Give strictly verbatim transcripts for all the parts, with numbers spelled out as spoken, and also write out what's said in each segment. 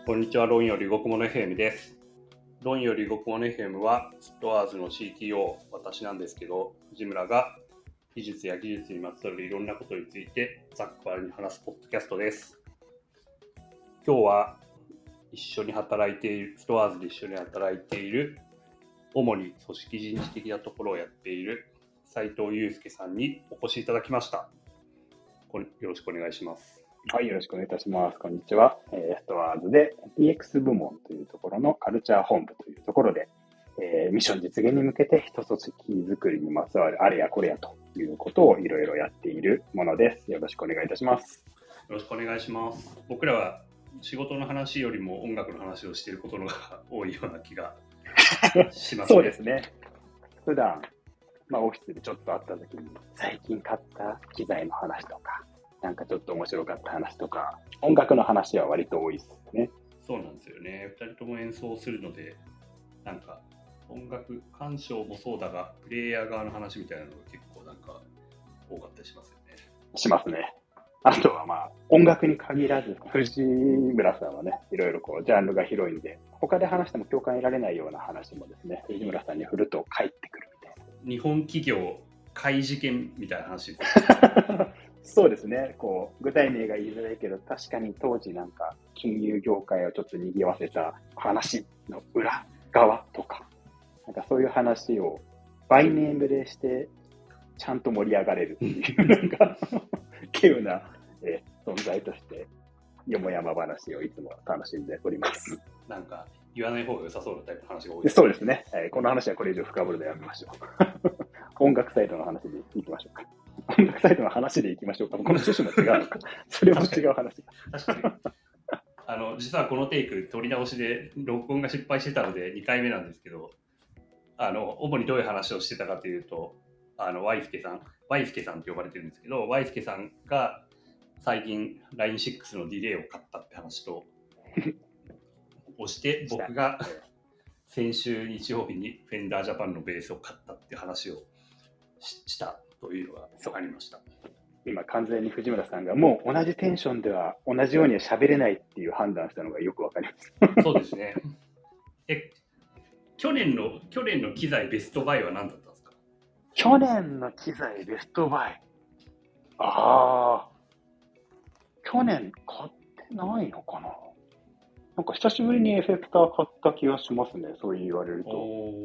こんにちは、論より動くもの エフエム です。論より動くもの エフエム は、ストアーズの シーティーオー、私なんですけど、藤村が技術や技術にまつわるいろんなことについてざっくばらんに話すポッドキャストです。今日は一緒に働いている、ストアーズで一緒に働いている、主に組織人事的なところをやっている斉藤祐介さんにお越しいただきました。これよろしくお願いします。 はい、よろしくお願いいたします。こんにちは。えー、ストアーズで ディーエックス 部門というところのカルチャー本部というところで、えー、ミッション実現に向けて人組織づくりにまつわるあれやこれやということをいろいろやっているものです。よろしくお願いいたします。 よろしくお願いします。僕らは仕事の話よりも音楽の話をしていることのが多いような気がしますね。 そうですね。普段、まあ、オフィスでちょっと会った時に最近買った機材の話とか、なんかちょっと面白かった話とか、音楽の話は割と多いですね。 そうなんですよね。ふたりとも演奏するので、なんか音楽鑑賞もそうだが、プレイヤー側の話みたいなのが結構なんか多かったりしますよね。 しますね。あとはまあ、音楽に限らず、藤村さんはね、いろいろこう、ジャンルが広いんで、他で話しても共感得られないような話もですね、藤村さんに振ると返ってくるみたいな。 日本企業怪事件みたいな話ですそうですね。こう、具体名が言いづらいけど、確かに当時なんか、金融業界をちょっと賑わせた話の裏側とか、なんかそういう話をバイネームでして、ちゃんと盛り上がれるっていう、なんか、稀有な、えー、存在として、よもやま話をいつも楽しんでおります。 なんか、言わない方が良さそうなタイプの話が多いですね。 そうですね。えー、この話はこれ以上深掘るのやめましょう。音楽サイトの話でいきましょうか。音楽サイトの話でいきましょうか。この趣旨も違うのか。それも違う話。 確かに。確かにあの実はこのテイク取り直しで録音が失敗してたのでにかいめなんですけど、あの主にどういう話をしてたかというと、あのワイスケさん、ワイスケさんって呼ばれてるんですけど、ワイスケさんが最近 ラインシックス のディレイを買ったって話とをして、僕が先週日曜日にフェンダージャパンのベースを買ったっていう話を し, したというのがありました。 今完全に藤村さんがもう同じテンションでは同じようには喋れないっていう判断したのがよくわかります。 そうですね。え、去年の去年の機材ベストバイは何だったんですか？ 去年の機材ベストバイ。ああ。去年買ってないのかな。なんか久しぶりにエフェクター買った気がしますね。そう言われると。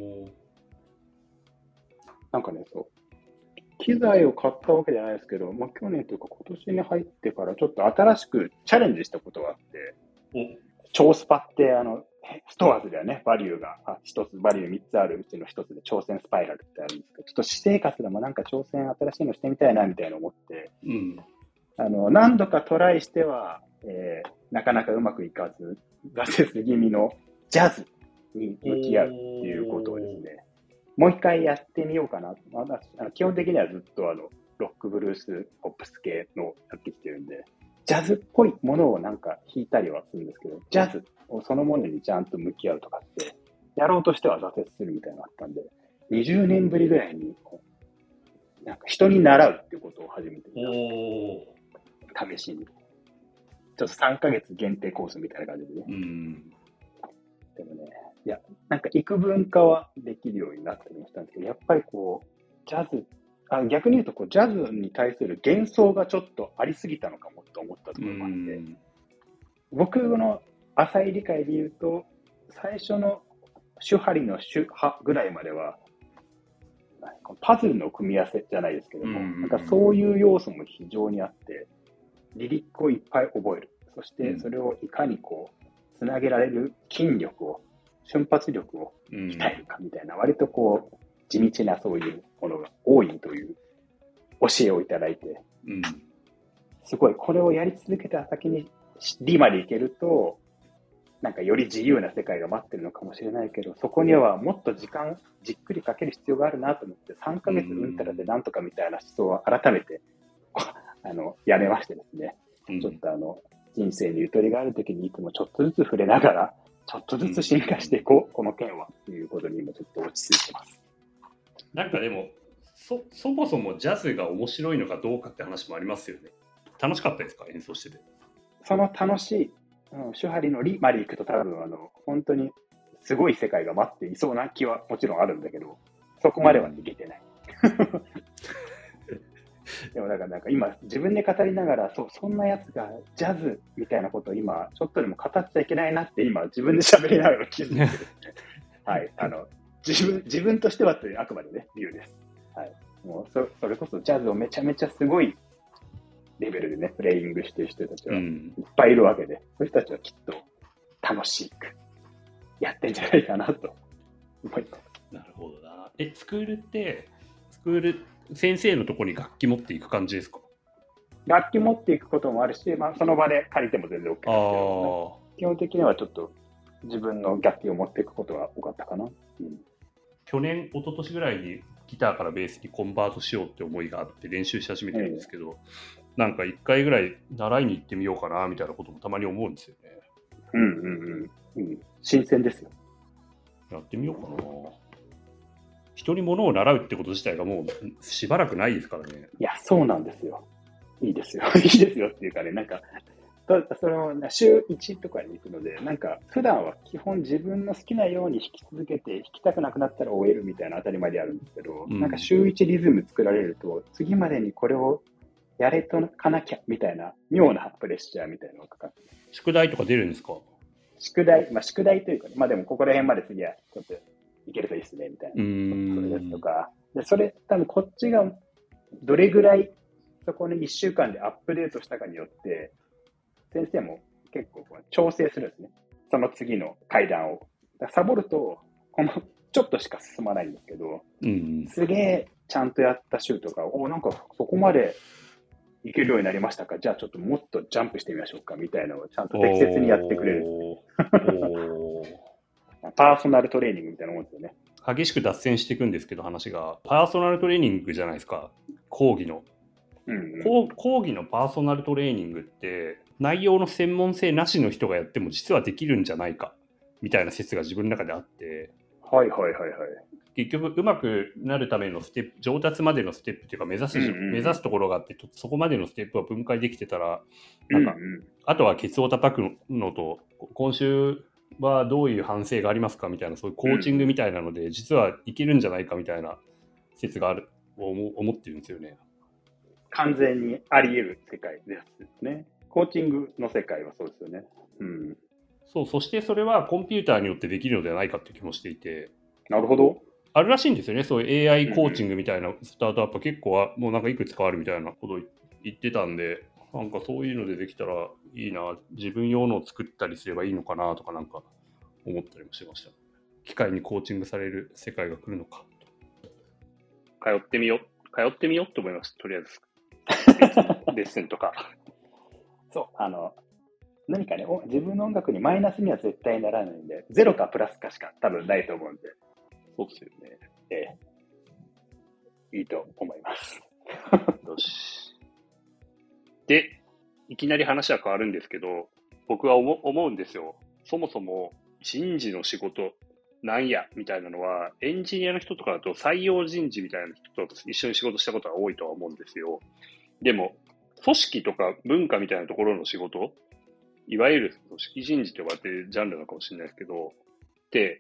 なんかね、そう。機材を買ったわけじゃないですけど、まあ、去年というか今年に入ってからちょっと新しくチャレンジしたことがあって、超スパってあの、ストアーズではね、バリューが一つ、バリューみっつあるうちの一つで挑戦スパイラルってあるんですけど、ちょっと私生活でもなんか挑戦新しいのしてみたいなみたいな思って、 うん、 あの、何度かトライしては、えー、なかなかうまくいかず、挫折気味のジャズに向き合うっていうことをですね、もう一回やってみようかな。まあ、あの基本的にはずっとあのロックブルース、ポップス系のやってきてるんで、ジャズっぽいものをなんか弾いたりはするんですけど、ジャズをそのものにちゃんと向き合うとかって、やろうとしては挫折するみたいなのがあったんで、にじゅうねんぶりぐらいに、なんか人に習うっていうことを始めてみた。試しに。ちょっとさんかげつ限定コースみたいな感じでね。 うん、 でもね、いや、なんか幾分かはできるようになってましたんですけど、やっぱりこう、ジャズ、あ逆に言うとこう、ジャズに対する幻想がちょっとありすぎたのかもと思ったところもあって、僕の浅い理解で言うと、最初の手張りの手波ぐらいまでは、パズルの組み合わせじゃないですけども、なんかそういう要素も非常にあって、リリックをいっぱい覚える。そしてそれをいかにこう、つなげられる筋力を、瞬発力を鍛えるかみたいな、割とこう、地道なそういうものが多いという教えをいただいて、 うん、 すごい、これをやり続けた先に D まで行けると、なんかより自由な世界が待ってるのかもしれないけど、そこにはもっと時間、じっくりかける必要があるなと思って、さんかげつうんたらでなんとかみたいな思想を改めて、あの、やめましてですね、うん、ちょっとあの、人生にゆとりがあるときにいつもちょっとずつ触れながら、ちょっとずつ進化していこう、うん、この件はっていうことに今ちょっと落ち着いてます。 なんかでも、そ、そもそもジャズが面白いのかどうかって話もありますよね。楽しかったですか、演奏してて。 その楽しいうん、手張りのリまで行くと多分あの本当にすごい世界が待っていそうな気はもちろんあるんだけど、そこまではできてない。でもだからなんか今自分で語りながら、そう、そんなやつがジャズみたいなことを今ちょっとでも語っちゃいけないなって今自分で喋りながら気づいてる。はい、あの自分自分としてはというあくまでね理由です。はい、もう そ, それこそジャズをめちゃめちゃすごいレベルでねプレイングしてる人たちはいっぱいいるわけで、うん、そういう人たちはきっと楽しくやってんじゃないかなと思います。 なるほどな。え、スクールってスクール先生のところに楽器持っていく感じですか？ 楽器持っていくこともあるし、まあ、その場で借りても全然 OK ですけど、ね、基本的にはちょっと自分の楽器を持っていくことが多かったかな。うん、 去年、一昨年ぐらいにギターからベースにコンバートしようって思いがあって練習し始めてるんですけど、うん、なんか一回ぐらい習いに行ってみようかなみたいなこともたまに思うんですよね。 うんうんうん。うん、新鮮ですよ。 やってみようかな。人に物を習うってこと自体がもうしばらくないですからね。 いや、そうなんですよ。いいですよ。いいですよっていうかね、なんか、それを週いちとかに行くので、なんか普段は基本自分の好きなように弾き続けて、弾きたくなくなったら終えるみたいな当たり前であるんですけど、うん、なんか週いちリズム作られると、次までにこれをやれとかなきゃみたいな妙なプレッシャーみたいなのがかかって。 宿題とか出るんですか？ 宿題、まあ宿題というか、ね、まあでもここら辺まで次はちょっといけるといいっすねみたいな。うーん、それですとか。で、それ多分こっちがどれぐらいそこにいっしゅうかんでアップデートしたかによって、先生も結構こう調整するんですね。その次の階段を。だサボると、このちょっとしか進まないんですけど、うん、すげえちゃんとやった週とか、おなんかそこまでいけるようになりましたか、じゃあちょっともっとジャンプしてみましょうかみたいなのをちゃんと適切にやってくれるんですパーソナルトレーニングみたいなもんですよね。 激しく脱線していくんですけど話が、パーソナルトレーニングじゃないですか、講義の。うんうん、講義のパーソナルトレーニングって内容の専門性なしの人がやっても実はできるんじゃないかみたいな説が自分の中であって、 はいはいはいはい。 結局うまくなるためのステップ、上達までのステップっていうか目指す、うんうん、目指すところがあって、そこまでのステップは分解できてたら、なんか、うんうん、あとはケツを叩くのと、今週はどういう反省がありますかみたいな、そういうコーチングみたいなので、うん、実はいけるんじゃないかみたいな説がある思思ってるんですよね。 完全にあり得る世界ですね。コーチングの世界はそうですよね。うん。 そう、そしてそれはコンピューターによってできるのではないかっていう気もしていて。 なるほど。 あるらしいんですよね。そういう エーアイ コーチングみたいなスタートアップ、うん、結構はもうなんかいくつかあるみたいなことを言ってたんで、なんかそういうのでできたらいいな、自分用のを作ったりすればいいのかなとかなんか思ったりもしました。機械にコーチングされる世界が来るのか。通ってみよう。通ってみようと思いました。とりあえず。レッスンとか。 そう、あの、何かね、自分の音楽にマイナスには絶対ならないんで、ゼロかプラスかしか多分ないと思うんで。 そうですよね。 ええ、いいと思います。 よし。で、いきなり話は変わるんですけど、僕は思思うんですよ。そもそも人事の仕事なんやみたいなのは、エンジニアの人とかだと採用人事みたいな人と一緒に仕事したことが多いとは思うんですよ。でも、組織とか文化みたいなところの仕事、いわゆる組織人事と呼ばれてるジャンルなのかもしれないですけど、って、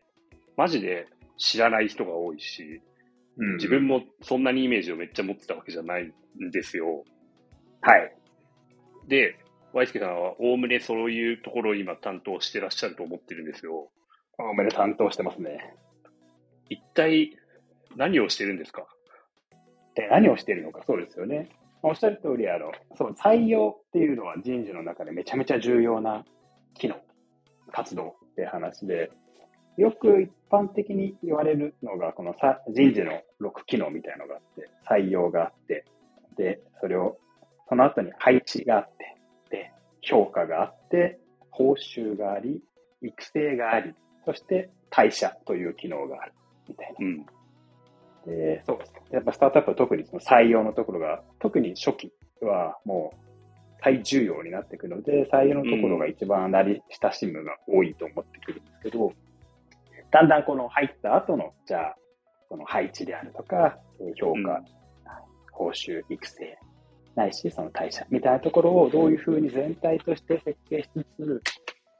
マジで知らない人が多いし、うん、自分もそんなにイメージをめっちゃ持ってたわけじゃないんですよ。 はい。 で、ワイスケさんはおおむねそういうところを今担当してらっしゃると思ってるんですよ。 おおむね担当してますね。 一体何をしてるんですか？ で、何をしてるのか、そうですよね。おっしゃる通り、あの、そう、採用っていうのは人事の中でめちゃめちゃ重要な機能、活動って話で、よく一般的に言われるのが、このさ人事のろく機能みたいなのがあって、採用があって、で、それを、その後に配置があって、で、評価があって、報酬があり、育成があり、そして退社という機能がある、みたいな。うんでそうです。やっぱスタートアップは特にその採用のところが、特に初期はもう最重要になってくるので、採用のところが一番慣れ親しむが多いと思ってくるんですけど、うん、だんだんこの入った後の、じゃあ、その配置であるとか、評価、うん、報酬、育成、ないしその退社みたいなところをどういうふうに全体として設計しつつ、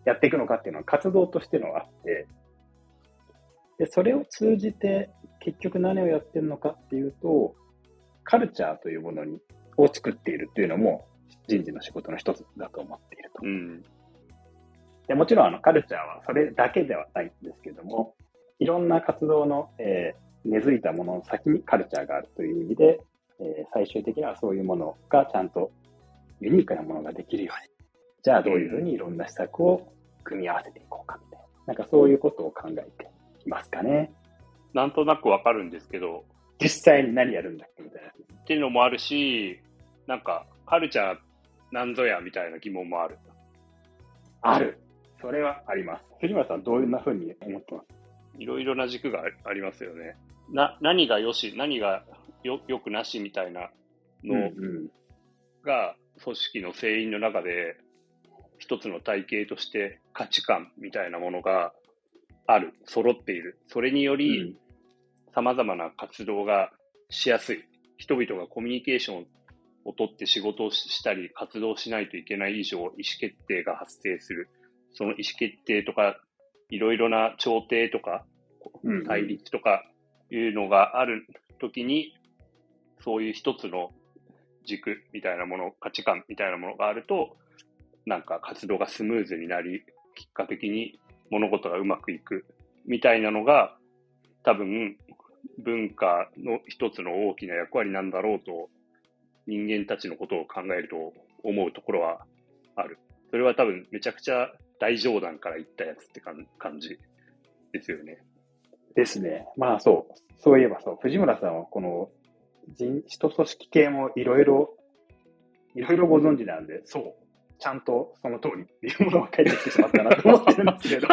やっていくのかっていうのは活動としてのあって、で、それを通じて結局何をやってるのかっていうと、カルチャーというものにを作っているっていうのも人事の仕事の一つだと思っていると。 うん、 でもちろんあのカルチャーはそれだけではないんですけども、いろんな活動の、えー、根付いたものの先にカルチャーがあるという意味で、えー、最終的にはそういうものがちゃんとユニークなものができるように、じゃあどういうふうにいろんな施策を組み合わせていこうかみたいな、なんかそういうことを考えていますかね。 なんとなくわかるんですけど、 実際に何やるんだっけみたいな。 っていうのもあるし、なんかカルチャーなんぞやみたいな疑問もある。 ある。それはあります。藤村さんどういうふうに思ってます？ いろいろな軸がありますよね。な、何がよし、何がよ、よくなしみたいなのが組織の成員の中で一つの体系として価値観みたいなものがある、揃っている。それにより様々な活動がしやすい。人々がコミュニケーションをとって仕事をしたり活動しないといけない以上、意思決定が発生する。その意思決定とか、いろいろな調停とか、対立とかいうのがあるときに、そういう一つの軸みたいなもの、価値観みたいなものがあると、なんか活動がスムーズになり、結果的に物事がうまくいくみたいなのが、多分文化の一つの大きな役割なんだろうと、人間たちのことを考えると思うところはある。それは多分めちゃくちゃ大冗談から言ったやつって感じですよね。 ですね。まあそう。そういえばそう。藤村さんはこの人、人組織系もいろいろ、いろいろご存知なんで、そう。ちゃんとその通りっていうものが返ってきてしまったなと思ってるんですけど。い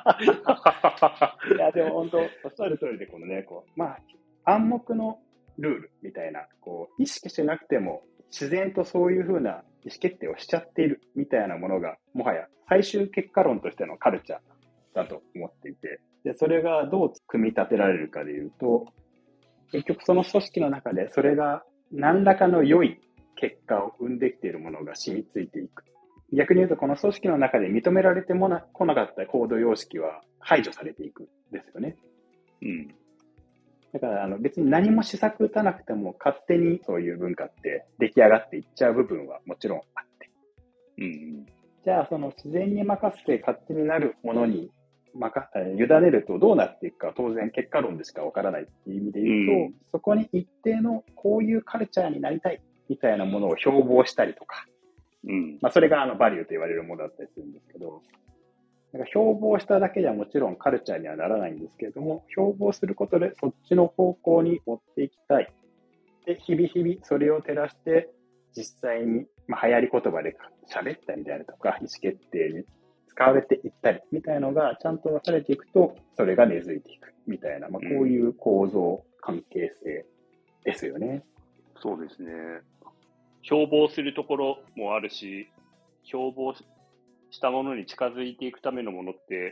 や、でも本当、おっしゃる通りで、このね、こう、まあ、暗黙のルールみたいな、こう、意識してなくても、自然とそういうふうな意思決定をしちゃっているみたいなものが、もはや最終結果論としてのカルチャーだと思っていて、で、それがどう組み立てられるかでいうと、結局その組織の中でそれが何らかの良い結果を生んできているものが染みついていく。逆に言うと、この組織の中で認められてもな来なかった行動様式は排除されていくんですよね。 うん。 だからあの別に何も施策打たなくても勝手にそういう文化って出来上がっていっちゃう部分はもちろんあって。 うん。 じゃあその自然に任せて勝手になるものに委ねるとどうなっていくか当然結果論でしかわからないっていう意味で言うと、うん、そこに一定のこういうカルチャーになりたいみたいなものを標榜したりとか、うん、まあそれがあのバリューと言われるものだったりするんですけど、だから標榜しただけではもちろんカルチャーにはならないんですけれども、標榜することでそっちの方向に持っていきたい。で、日々日々それを照らして実際に、まあ、流行り言葉で喋ったりであるとか、意思決定に使われていったりみたいのがちゃんと分かれていくと、それが根付いていくみたいな、まあ、こういう構造、関係性ですよね。 そうですね。標榜するところもあるし、標榜したものに近づいていくためのものって、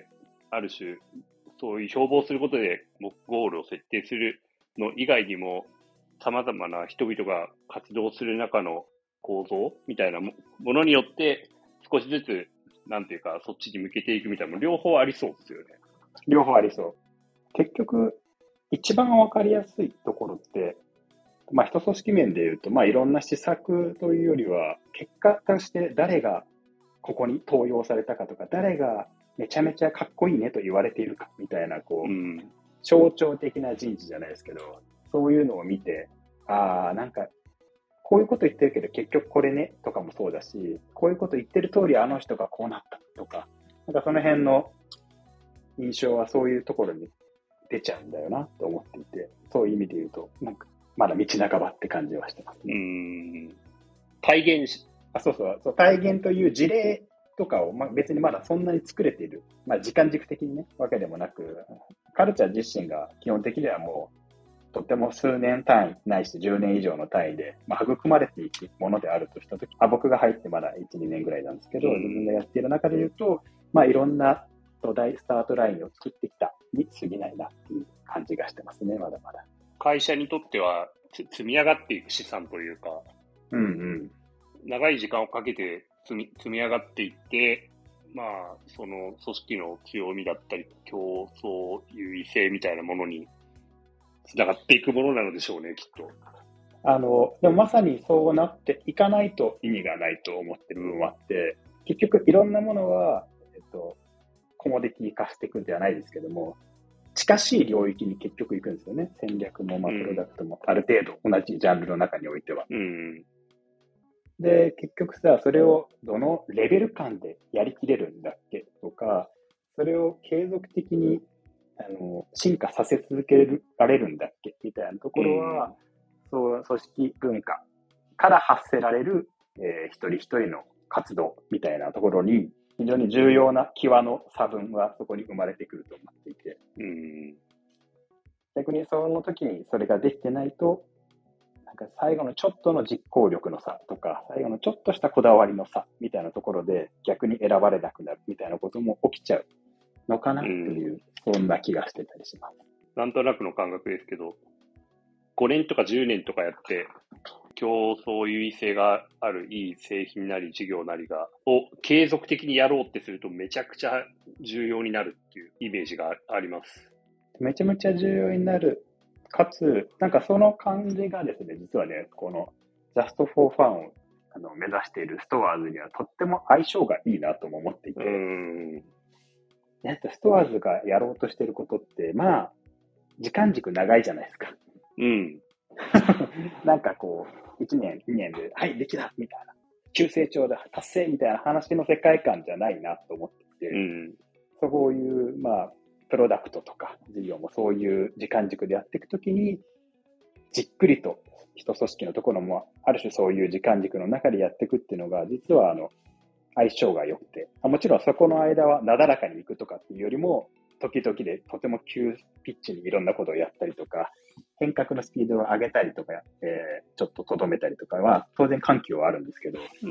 ある種、そういう標榜することでゴールを設定するの以外にも、様々な人々が活動する中の構造みたいなものによって、少しずつ、なんていうか、そっちに向けていくみたいなのも両方ありそうですよね。 両方ありそう。結局、一番わかりやすいところって、まあ、一組織面で言うと、まあ、いろんな施策というよりは、結果として誰がここに登用されたかとか、誰がめちゃめちゃかっこいいねと言われているかみたいな、こう、うん、象徴的な人事じゃないですけど、そういうのを見て、ああ、なんか、こういうこと言ってるけど結局これねとかもそうだし、こういうこと言ってる通りあの人がこうなったとか、なんかその辺の印象はそういうところに出ちゃうんだよなと思っていて、そういう意味で言うと、なんかまだ道半ばって感じはしてますね。 うーん。体現し、 あ、そうそう、そう体現という事例とかを、まあ、別にまだそんなに作れている、まあ、時間軸的にね、わけでもなく、カルチャー自身が基本的にはもう、とても数年単位、ないしじゅうねん以上の単位で、まあ、育まれていくものであるとしたとき、あ、僕が入ってまだいち、にねんぐらいなんですけど、自分がやっている中で言うと、まあ、いろんな土台、スタートラインを作ってきたに過ぎないなっていう感じがしてますね、まだまだ。 会社にとっては、積み上がっていく資産というか、 うんうん。 長い時間をかけて積み、積み上がっていって、 まあ、その組織の強みだったり、競争優位性みたいなものにつながっていくものなのでしょうね、きっと。 あの、でもまさにそうなっていかないと意味がないと思ってる部分もあって、結局いろんなものは、えっと、コモディティ化していくんじゃないですけども、近しい領域に結局行くんですよね。戦略も、まあ、プロダクトも、ある程度同じジャンルの中においては。 うん。 で、結局さ、それをどのレベル感でやりきれるんだっけとか、それを継続的にあの進化させ続けられるんだっけみたいなところは、そう組織文化から発せられる、えー一人一人の活動みたいなところに、非常に重要な際の差分はそこに生まれてくると思っていて、 うん。 逆にその時にそれができてないと、なんか最後のちょっとの実行力の差とか、最後のちょっとしたこだわりの差みたいなところで逆に選ばれなくなるみたいなことも起きちゃうのかなという、うん、そんな気がしてたりします。 なんとなくの感覚ですけど、ごねんとかじゅうねんとかやって、競争優位性があるいい製品なり事業なりが、を継続的にやろうってするとめちゃくちゃ重要になるっていうイメージがあります。 めちゃめちゃ重要になる。かつ、なんかその感じがですね、実はね、この Just for Fun をあの目指しているストアーズにはとっても相性がいいなとも思っていて、 うーんね、ストアーズがやろうとしていることって、まあ、時間軸長いじゃないですか。 うん。 なんかこう、いちねん、にねんで、はい、できたみたいな。急成長だ、達成みたいな話の世界観じゃないなと思っていて、 うん、 そういう、まあ、プロダクトとか事業もそういう時間軸でやっていくときに、じっくりと一組織のところも、ある種そういう時間軸の中でやっていくっていうのが、実はあの、相性が良くて、もちろんそこの間はなだらかに行くとかっていうよりも、時々でとても急ピッチにいろんなことをやったりとか、変革のスピードを上げたりとか、えー、ちょっととどめたりとかは当然緩急はあるんですけど、 うん、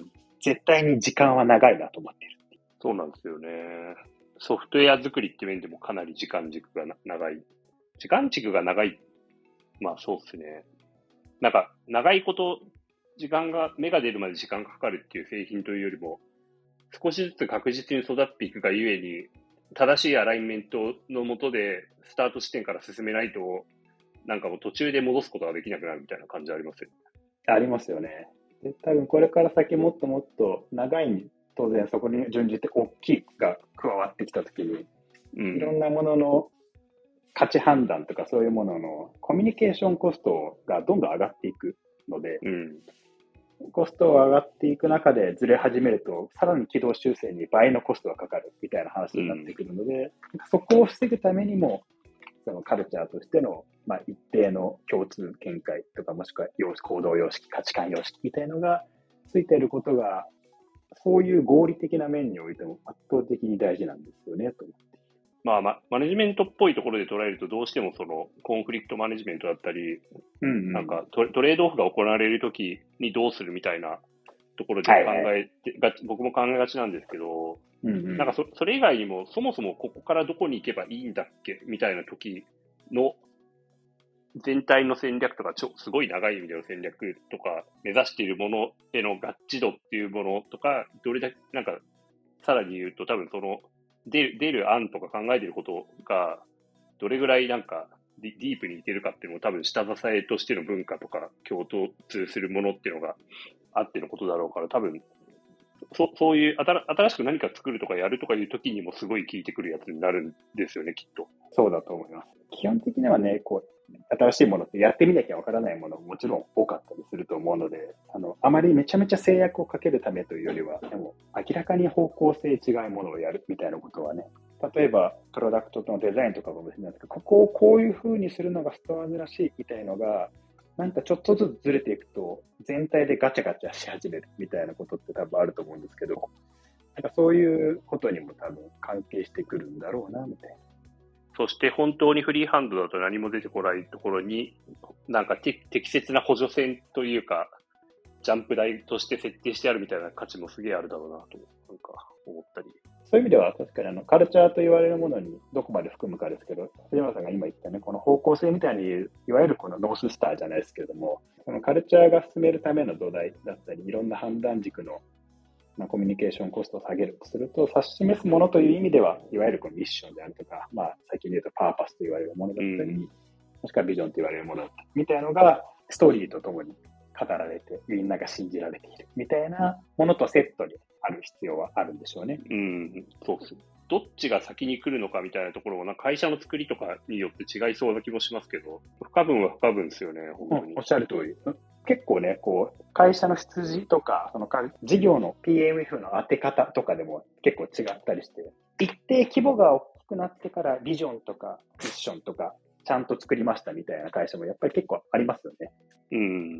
絶対に時間は長いなと思っている。 そうなんですよね。ソフトウェア作りって面でもかなり時間軸が長い。時間軸が長い。まあそうですね。なんか長いこと、時間が、芽が出るまで時間がかかるっていう製品というよりも、少しずつ確実に育っていくがゆえに、正しいアライメントのもとで、スタート地点から進めないと、なんかもう途中で戻すことができなくなるみたいな感じありますよね。 ありますよね。で、多分これから先もっともっと長いに、当然そこに準じて大きいが加わってきたときに、うん、いろんなものの価値判断とかそういうもののコミュニケーションコストがどんどん上がっていくので、うん、コストが上がっていく中でずれ始めると、さらに軌道修正に倍のコストがかかるみたいな話になってくるので、うん、そこを防ぐためにも、そのカルチャーとしての、まあ、一定の共通見解とか、もしくは行動様式、価値観様式みたいなのがついていることが、そういう合理的な面においても圧倒的に大事なんですよね、と思って。 まあ、ま、マネジメントっぽいところで捉えると、どうしてもそのコンフリクトマネジメントだったり、うんうん、なんかトレードオフが行われるときにどうするみたいなところで考えて、はいはい、僕も考えがちなんですけど、うんうん、なんか そ, それ以外にも、そもそもここからどこに行けばいいんだっけみたいな時の全体の戦略とか、ちょすごい長い意味での戦略とか、目指しているものへの合致度っていうものとか、どれだけ、なんか、さらに言うと多分その、出る、出る案とか考えていることが、どれぐらいなんかディ、ディープにいけるかっていうのも多分下支えとしての文化とか共通するものっていうのがあってのことだろうから、多分、そそういう新、新しく何か作るとかやるとかいう時にもすごい効いてくるやつになるんですよね、きっと。 そうだと思います。基本的にはね、こう、新しいものってやってみなきゃわからないものももちろん多かったりすると思うので、あの、あまりめちゃめちゃ制約をかけるためというよりは、でも明らかに方向性違うものをやるみたいなことはね、例えばプロダクトのデザインとかかもしれないですけど、ここをこういう風にするのがストアーズらしいみたいのが、なんかちょっとずつずれていくと、全体でガチャガチャし始めるみたいなことって多分あると思うんですけど、なんかそういうことにも多分関係してくるんだろうな、みたいな。 そして本当にフリーハンドだと何も出てこないところに、なんか適切な補助線というか、ジャンプ台として設定してあるみたいな価値もすげえあるだろうなと、なんか思ったり。 そういう意味では確かにあのカルチャーと言われるものにどこまで含むかですけど、藤山さんが今言ったね、この方向性みたいに、いわゆるこのノーススターじゃないですけれども、このカルチャーが進めるための土台だったり、いろんな判断軸の、 まあ、コミュニケーションコストを下げるとすると、指し示すものという意味では、いわゆるこのミッションであるとか、まあ、最近で言うとパーパスと言われるものだったり、うん、もしくはビジョンと言われるものだったり、みたいなのが、ストーリーとともに語られて、みんなが信じられている、みたいなものとセットにある必要はあるんでしょうね。 うん、そうです。どっちが先に来るのかみたいなところも、なんか会社の作りとかによって違いそうな気もしますけど、不可分は不可分ですよね、本当に。 うん、おっしゃる通り。結構ね、こう、会社の出自とか、その事業の ピーエムエフ の当て方とかでも結構違ったりして、一定規模が大きくなってからビジョンとかミッションとかちゃんと作りましたみたいな会社もやっぱり結構ありますよね。 うん。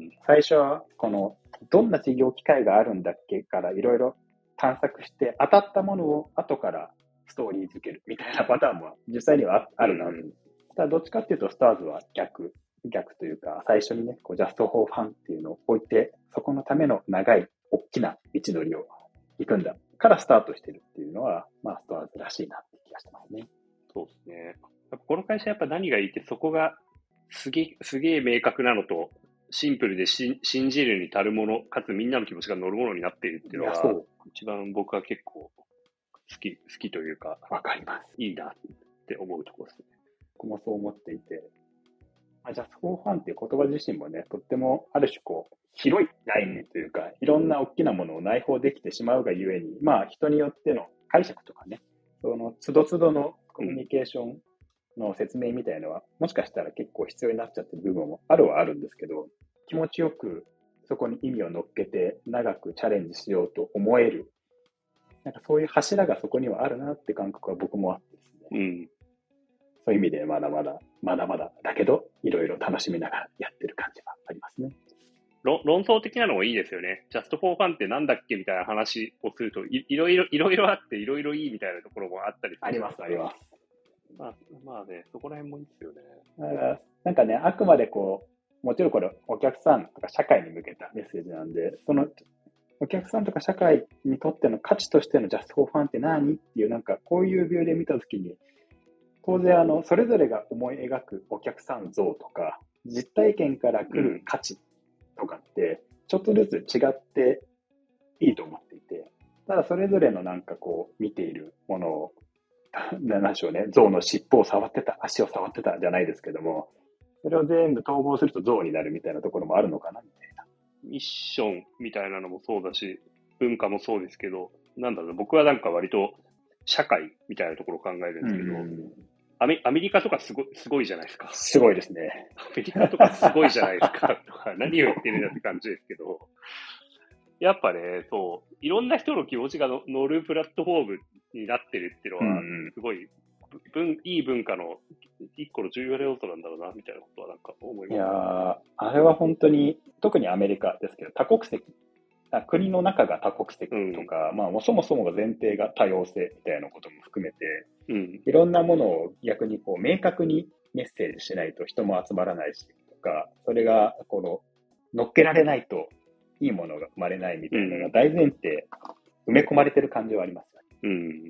最初は、この、どんな事業機会があるんだっけからいろいろ探索して当たったものを後からストーリー付けるみたいなパターンも実際にはあるな。うん、ただどっちかっていうとスターズは逆。逆というか、最初にね、こう、ジャストフォーファンっていうのを置いて、そこのための長い、大きな道のりを行くんだからスタートしてるっていうのは、まあ、スターズらしいなって気がしてますね。 そうですね。この会社やっぱ何がいいって、そこがすげえ、すげえ明確なのと、シンプルでし信じるに足るもの、かつみんなの気持ちが乗るものになっているっていうのが、一番僕は結構好き、好きというか、 わかります。 いいなって思うところですね。 僕もそう思っていて、ジャストフォーファンっていう言葉自身もね、とってもある種こう、広い概念というか、いろんな大きなものを内包できてしまうがゆえに、まあ人によっての解釈とかね、その都度都度のコミュニケーションの説明みたいのは、もしかしたら結構必要になっちゃってる部分もあるはあるんですけど、気持ちよくそこに意味を乗っけて長くチャレンジしようと思える、なんかそういう柱がそこにはあるなって感覚は僕もあってですね。うんそういう意味でまだまだ、まだまだだけど、いろいろ楽しみながらやってる感じはありますね。 論争的なのもいいですよね。ジャストフォーファンってなんだっけみたいな話をすると、い, いろいろ、いろいろあって、いろいろいいみたいなところもあったりする。 あります、あります。 まあ、まあね、そこら辺もいいですよね。 だからなんかね、あくまでこう、もちろんこれ、お客さんとか社会に向けたメッセージなんで、その、お客さんとか社会にとっての価値としてのジャストフォーファンって何っていう、なんかこういうビューで見たときに、当然あのそれぞれが思い描くお客さん像とか実体験から来る価値とかってちょっとずつ違っていいと思っていて、ただそれぞれのなんかこう見ているものを何でしょうね、像の尻尾を触ってた、足を触ってたじゃないですけども、それを全部統合すると像になるみたいなところもあるのかなみたいな。 ミッションみたいなのもそうだし、文化もそうですけど、なんだろう、僕はなんか割と社会みたいなところを考えるんですけど、うんアメ、アメリカとかすごすごいじゃないですか。 すごいですね。 アメリカとかすごいじゃないですか。とか何を言ってるんだって感じですけど、やっぱね、そう、いろんな人の気持ちが乗るプラットフォームになってるっていうのは、すごい、うん、いい文化の一個の重要な要素なんだろうな、みたいなことはなんか思います。 いやー、あれは本当に、特にアメリカですけど、多国籍。国の中が多国籍とか、うん、まあもうそもそもが前提が多様性みたいなことも含めて、うん、いろんなものを逆にこう明確にメッセージしないと人も集まらないしとか、それがこの乗っけられないといいものが生まれないみたいなのが大前提埋め込まれてる感じはありますよね。 うん。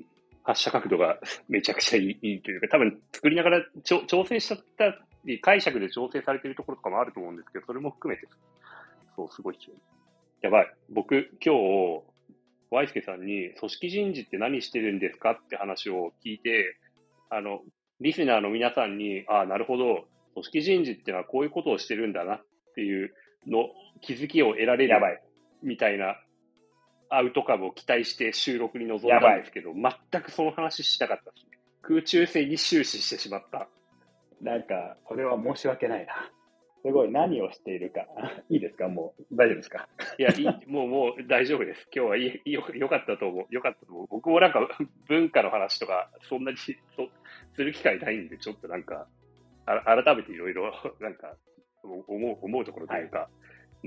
発射角度がめちゃくちゃいいというか、多分作りながら調整しちゃったり、解釈で調整されているところとかもあると思うんですけど、それも含めて、そう、すごいですよね。やばい。僕、今日、ワイスケさんに、組織人事って何してるんですかって話を聞いて、あの、リスナーの皆さんに、ああ、なるほど、組織人事ってのはこういうことをしてるんだなっていうの、気づきを得られる、 やばい。 みたいなアウトカムを期待して収録に臨んだんですけど、全くその話しなかったですね。空中戦に終始してしまった。 なんか、それは申し訳ないな。すごい何をしているか。いいですかもう大丈夫ですかいや、いい、もう、もう大丈夫です。今日はいいよ、よかったと思う。よかったと思う。僕もなんか文化の話とか、そんなにそする機会ないんで、ちょっとなんか、あ改めていろいろ、なんか、思う、思うところというか、はい、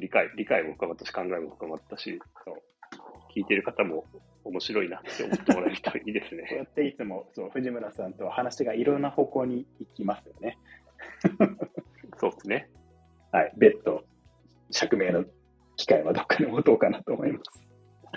理解、理解も深まったし、考えも深まったし、そう、聞いてる方も面白いなって思ってもらえるといいですね。 こうやっていつも、そう、藤村さんと話がいろんな方向に行きますよね。 そうですね。 はい、別途、釈明の機会はどっかで持とうかなと思います。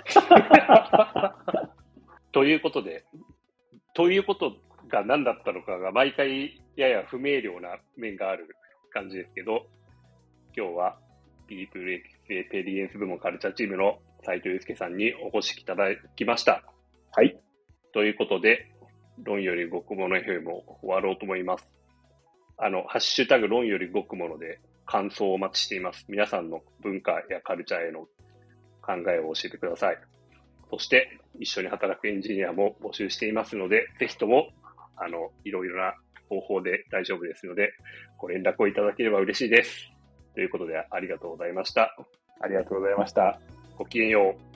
ということで、ということが何だったのかが毎回やや不明瞭な面がある感じですけど、今日はピープルエクスペリエンス部門カルチャーチームの斉藤祐介さんにお越しいただきました。 はい。 ということで、論より極物 エフエム を終わろうと思います。あの、ハッシュタグ論より極物で感想をお待ちしています。皆さんの文化やカルチャーへの考えを教えてください。そして、一緒に働くエンジニアも募集していますので、ぜひとも、あの、いろいろな方法で大丈夫ですので、ご連絡をいただければ嬉しいです。ということで、ありがとうございました。 ありがとうございました。 ごきげんよう。